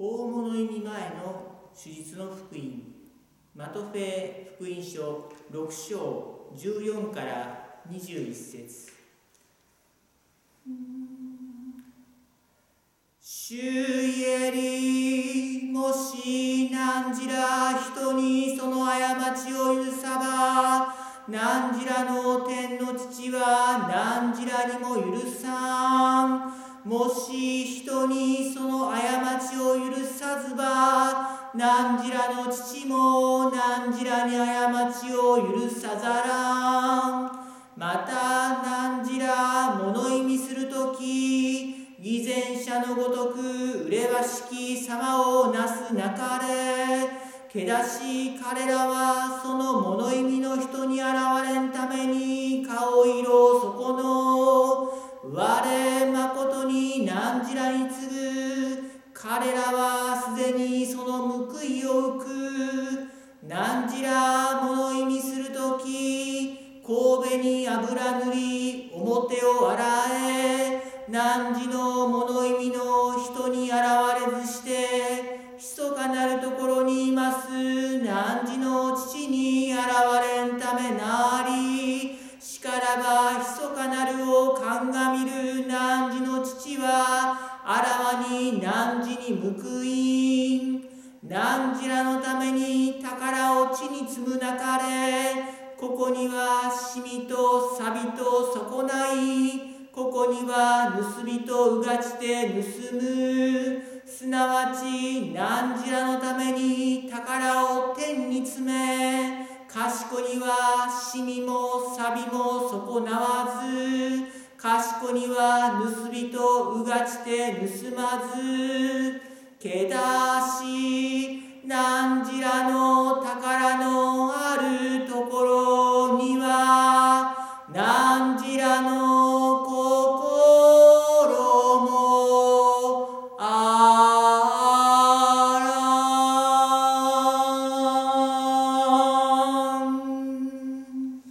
大物意味前の手術の福音、マトフェ福音書6章14から21節。主イエリ、もし何時ら人にその過ちを許さば、何時らの天の父は何時らにも許さん。もし人にその過ちを許さずば、何時らの父も何時らに過ちを許さざらん。また何時ら物意味するとき、偽善者のごとく麗しき様をなすなかれ。けだし彼らはその物意味の人に現れんために顔色そこの。我誠に何時らに次ぐ。彼らはすでにその報いを受く。何時ら物意味するとき、神戸に油塗り表を洗え。何時の物意味の人に現れずして、密かなるところにいます何時の父に現れんためなり。しからば密かなるを鑑みる何時の父は、あらわに何時に報いん。何時らのために宝を地に積むなかれ。ここにはシミと錆と損ない。ここには盗みとうがちて盗む。すなわち何時らのために宝を天に詰め、賢にはシミも錆も損なわず、賢には盗みとうがちて盗まず。けだし何時らの宝のあるところには、何時らの心もあらん。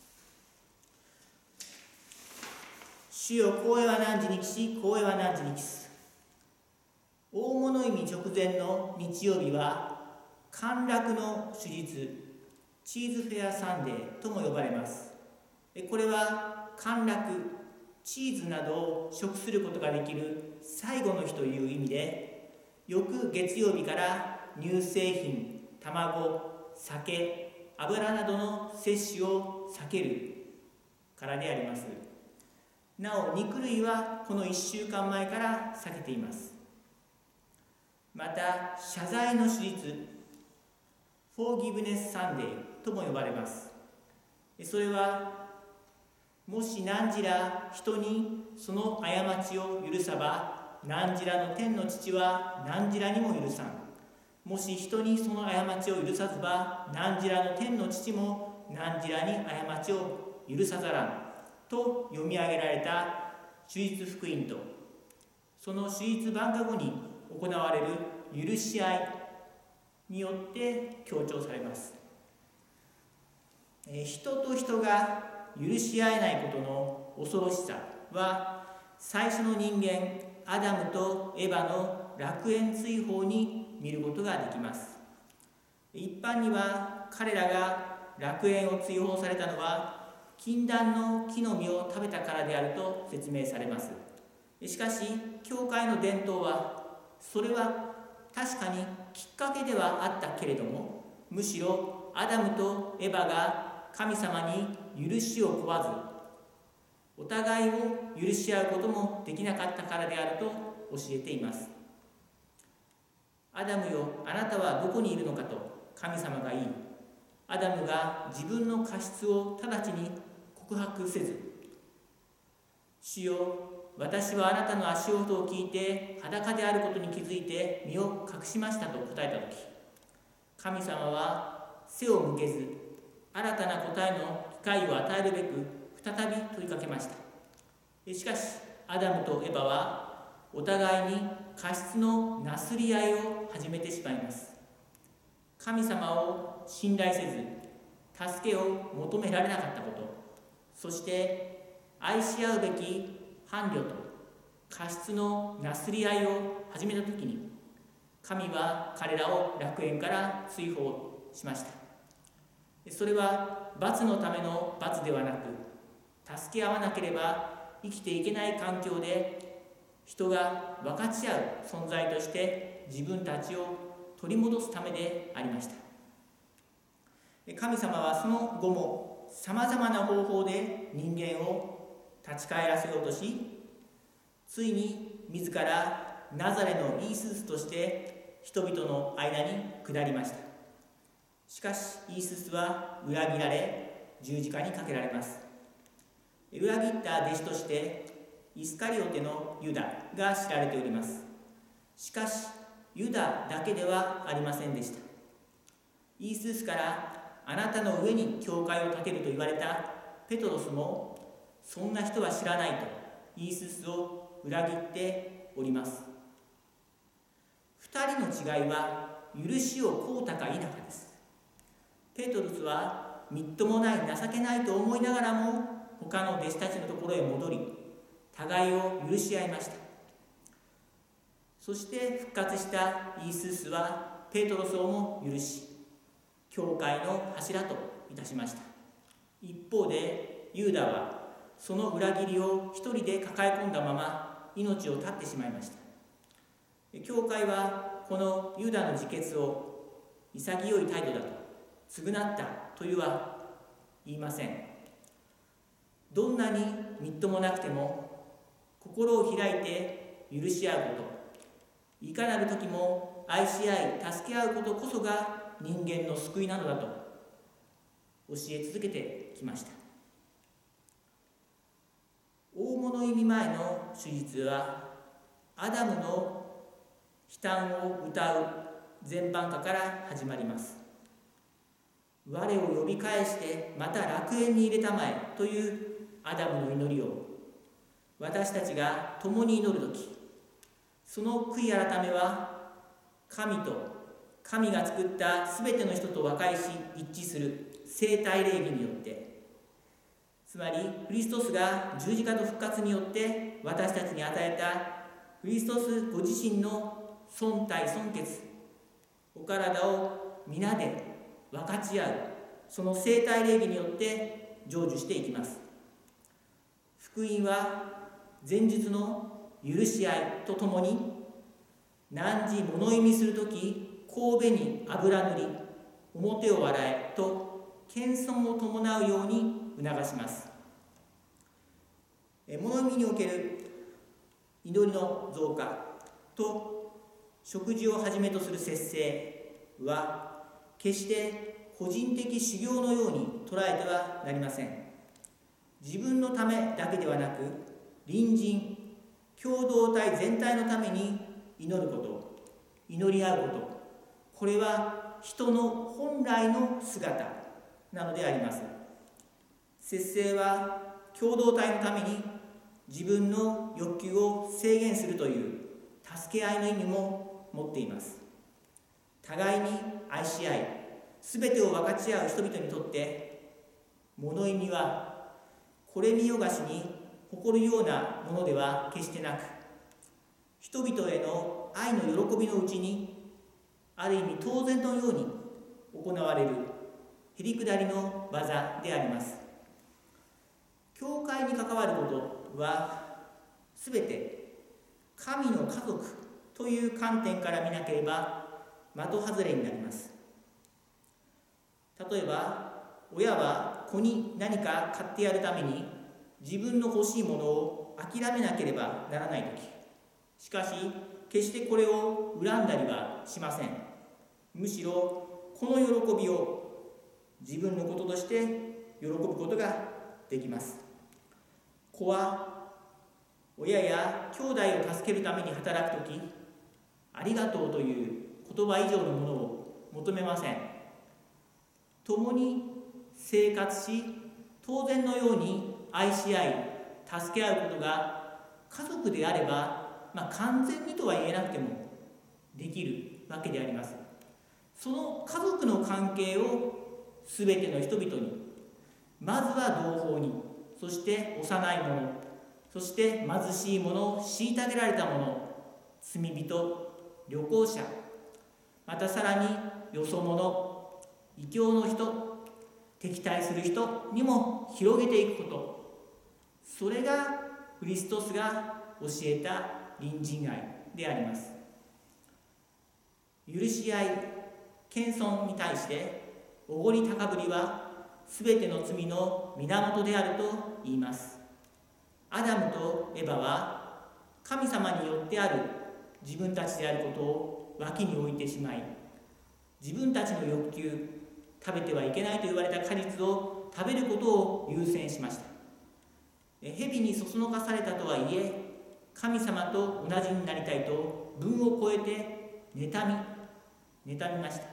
主よ、光栄は何時に帰し、光栄は何時に帰す。大物意味直前の日曜日は、陥落の手術、チーズフェアサンデーとも呼ばれます。これは陥落、チーズなどを食することができる最後の日という意味で、翌月曜日から乳製品、卵、酒、油などの摂取を避けるからであります。なお、肉類はこの1週間前から避けています。また、謝罪の手術、フォーギブネスサンデーとも呼ばれます。それは、もし何時ら人にその過ちを許さば、何時らの天の父は何時らにも許さん。もし人にその過ちを許さずば、何時らの天の父も何時らに過ちを許さざらん。と読み上げられた手術福音と、その手術晩夏後に行われる許し合いによって強調されます。人と人が許し合えないことの恐ろしさは、最初の人間アダムとエバの楽園追放に見ることができます。一般には彼らが楽園を追放されたのは禁断の木の実を食べたからであると説明されます。しかし教会の伝統は、それは確かにきっかけではあったけれども、むしろアダムとエバが神様に許しを請わず、お互いを許し合うこともできなかったからであると教えています。アダムよ、あなたはどこにいるのかと神様が言い、アダムが自分の過失を直ちに告白せず、主よ、私はあなたの足音を聞いて裸であることに気づいて身を隠しましたと答えたとき、神様は背を向けず、新たな答えの機会を与えるべく再び問いかけました。しかしアダムとエバはお互いに過失のなすり合いを始めてしまいます。神様を信頼せず、助けを求められなかったこと、そして愛し合うべき伴侶と過失のなすり合いを始めたときに、 神は彼らを楽園から追放しました。それは罰のための罰ではなく、助け合わなければ生きていけない環境で人が分かち合う存在として自分たちを取り戻すためでありました。神様はその後もさまざまな方法で人間を立ち返らせようとし、ついに自らナザレのイーススとして人々の間に下りました。しかしイーススは裏切られ十字架にかけられます。裏切った弟子としてイスカリオテのユダが知られております。しかしユダだけではありませんでした。イーススからあなたの上に教会を建てると言われたペトロスも、そんな人は知らないとイーススを裏切っております。二人の違いは許しを請うたか否かです。ペトロスはみっともない情けないと思いながらも他の弟子たちのところへ戻り、互いを許し合いました。そして復活したイーススはペトロスをも許し、教会の柱といたしました。一方でユーダはその裏切りを一人で抱え込んだまま命を絶ってしまいました。教会はこのユダの自決を潔い態度だと償ったというは言いません。どんなにみっともなくても心を開いて許し合うこと、いかなる時も愛し合い助け合うことこそが人間の救いなのだと教え続けてきました。大物意味前の手術はアダムの悲嘆を歌う前番歌から始まります。我を呼び返してまた楽園に入れたまえというアダムの祈りを私たちが共に祈るとき、その悔い改めは神が作ったすべての人と和解し一致する生体礼儀によって、つまりクリストスが十字架と復活によって私たちに与えたクリストスご自身の尊体尊潔、お体を皆で分かち合うその生体礼儀によって成就していきます。福音は前述の許し合いとともに、汝物意味するとき神戸に油塗り表を笑えと謙遜を伴うように促します。物意味における祈りの増加と食事をはじめとする節制は決して個人的修行のように捉えてはなりません。自分のためだけではなく、隣人共同体全体のために祈ること、祈り合うこと、これは人の本来の姿なのであります。節制は共同体のために自分の欲求を制限するという助け合いの意味も持っています。互いに愛し合い、すべてを分かち合う人々にとって物意味はこれ見よがしに誇るようなものでは決してなく、人々への愛の喜びのうちにある意味当然のように行われるへりくだりの技であります。教会に関わることはすべて神の家族という観点から見なければ的外れになります。例えば親は子に何か買ってやるために自分の欲しいものを諦めなければならないとき、しかし決してこれを恨んだりはしません。むしろこの喜びを自分のこととして喜ぶことができます。子は親や兄弟を助けるために働くとき、ありがとうという言葉以上のものを求めません。共に生活し、当然のように愛し合い助け合うことが家族であれば、完全にとは言えなくてもできるわけであります。その家族の関係をすべての人々に、まずは同胞に、そして幼い者、そして貧しい者、虐げられた者、罪人、旅行者、 またさらによそ者、異教の人、敵対する人にも広げていくこと、それがクリストスが教えた隣人愛であります。許し合い、謙遜に対しておごり高ぶりはすべての罪の源であると言います。アダムとエバは神様によってある自分たちであることを脇に置いてしまい、自分たちの欲求、食べてはいけないと言われた果実を食べることを優先しました。蛇にそそのかされたとはいえ、神様と同じになりたいと分を超えて妬みました。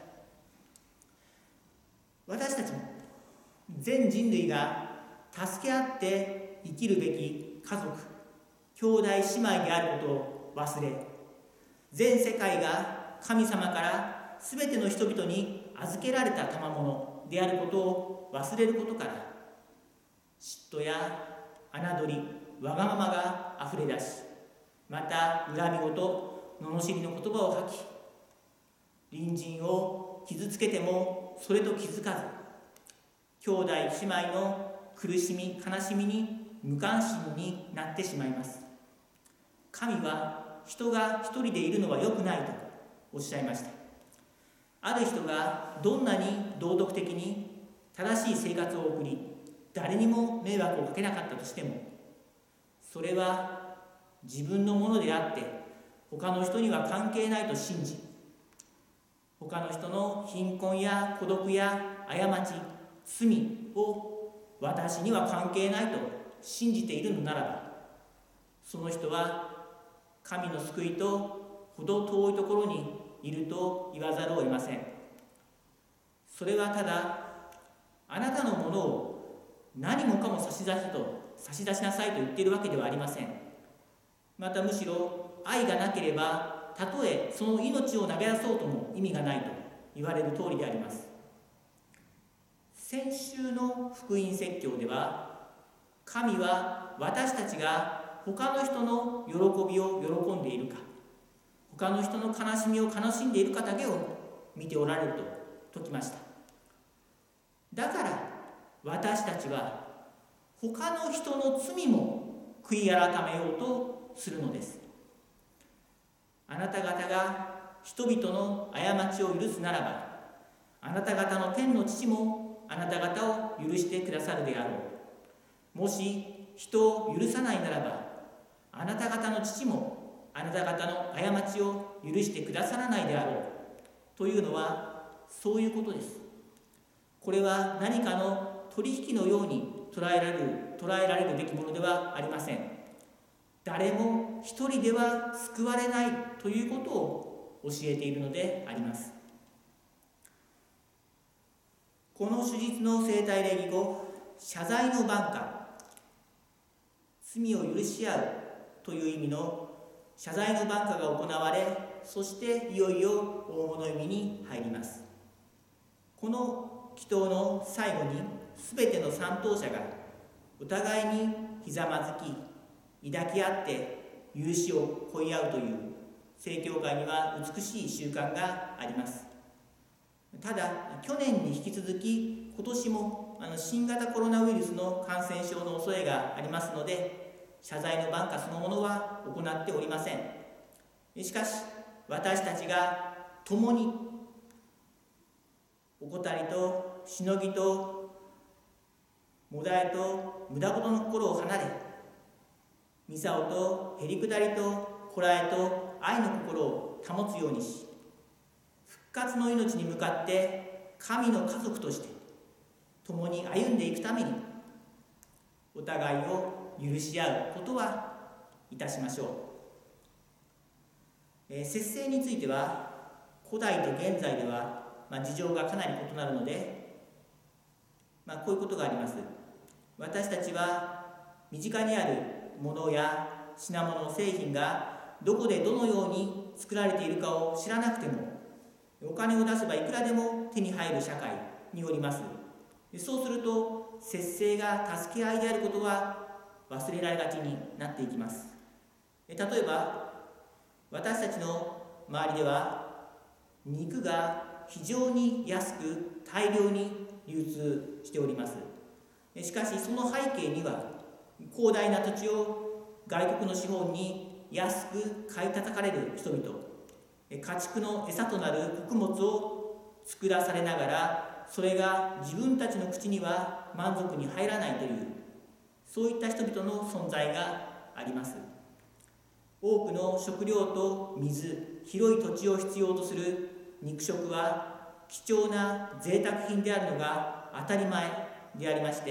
私たちも全人類が助け合って生きるべき家族、兄弟姉妹であることを忘れ、全世界が神様からすべての人々に預けられた賜物であることを忘れることから、嫉妬や侮り、わがままがあふれ出し、また恨み事、罵りの言葉を吐き、隣人を傷つけてもそれと気づかず、兄弟姉妹の苦しみ悲しみに無関心になってしまいます。神は人が一人でいるのは良くないとおっしゃいました。ある人がどんなに道徳的に正しい生活を送り、誰にも迷惑をかけなかったとしても、それは自分のものであって他の人には関係ないと信じ、他の人の貧困や孤独や過ち、罪を私には関係ないと信じているのならば、その人は神の救いとほど遠いところにいると言わざるを得ません。それはただあなたのものを何もかも差し出しなさいと言っているわけではありません。またむしろ愛がなければたとえその命を投げ出そうとも意味がないと言われる通りであります。先週の福音説教では、神は私たちが他の人の喜びを喜んでいるか、他の人の悲しみを悲しんでいるかだけを見ておられると説きました。だから私たちは他の人の罪も悔い改めようとするのです。あなた方が人々の過ちを許すならば、あなた方の天の父もあなた方を許してくださるであろう。もし人を許さないならば、あなた方の父もあなた方の過ちを許してくださらないであろう。というのはそういうことです。これは何かの取引のように捉えられるべきものではありません。誰も一人では救われないということを教えているのであります。この主日の聖体礼儀後、謝罪の晩歌、罪を許し合うという意味の謝罪の晩歌が行われ、そしていよいよ大物意味に入ります。この祈祷の最後に、すべての賛祷者がお互いにひざまずき抱き合って許しを乞い合うという正教会には美しい習慣があります。ただ去年に引き続き今年も新型コロナウイルスの感染症の恐れがありますので、謝罪の晩歌そのものは行っておりません。しかし私たちが共に怠りとしのぎともだえと無駄事の心を離れ、御竿とへりくだりとこらえと愛の心を保つようにし、復活の命に向かって神の家族として共に歩んでいくために、お互いを許し合うことはいたしましょう。節制については古代と現在では、事情がかなり異なるので、こういうことがあります。私たちは身近にあるものや品物、製品がどこでどのように作られているかを知らなくても、お金を出せばいくらでも手に入る社会におります。そうすると節制が助け合いであることは忘れられがちになっていきます。例えば私たちの周りでは肉が非常に安く大量に流通しております。しかしその背景には、広大な土地を外国の資本に安く買い叩かれる人々、家畜の餌となる穀物を作らされながら、それが自分たちの口には満足に入らないという、そういった人々の存在があります。多くの食料と水、広い土地を必要とする肉食は貴重な贅沢品であるのが当たり前でありまして、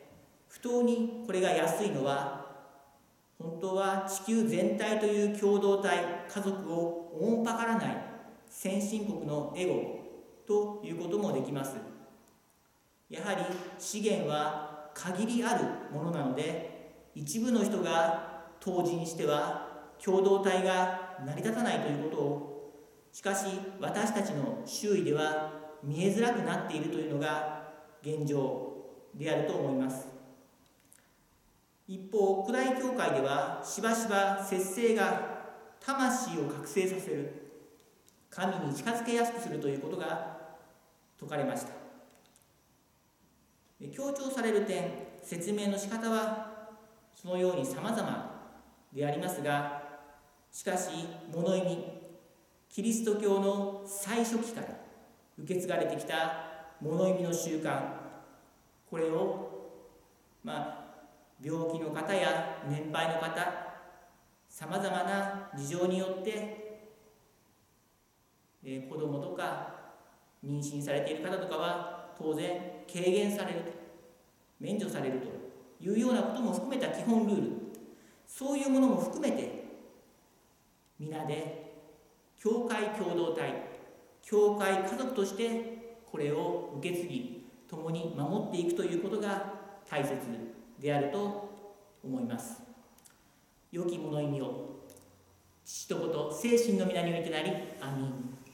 不当にこれが安いのは、本当は地球全体という共同体、家族をおもんぱからない先進国のエゴということもできます。やはり資源は限りあるものなので、一部の人が当時にしては共同体が成り立たないということを、しかし私たちの周囲では見えづらくなっているというのが現状であると思います。一方、古代教会ではしばしば節制が魂を覚醒させる、神に近づけやすくするということが説かれました。強調される点、説明の仕方はそのように様々でありますが、しかし物意味、キリスト教の最初期から受け継がれてきた物意味の習慣、これを病気の方や年配の方、さまざまな事情によって、子供とか妊娠されている方とかは当然軽減されると、免除されるというようなことも含めた基本ルール、そういうものも含めて皆で教会共同体、教会家族としてこれを受け継ぎ、共に守っていくということが大切であると思います。良き物意味を父と子と聖神の皆においてなり、アーメン。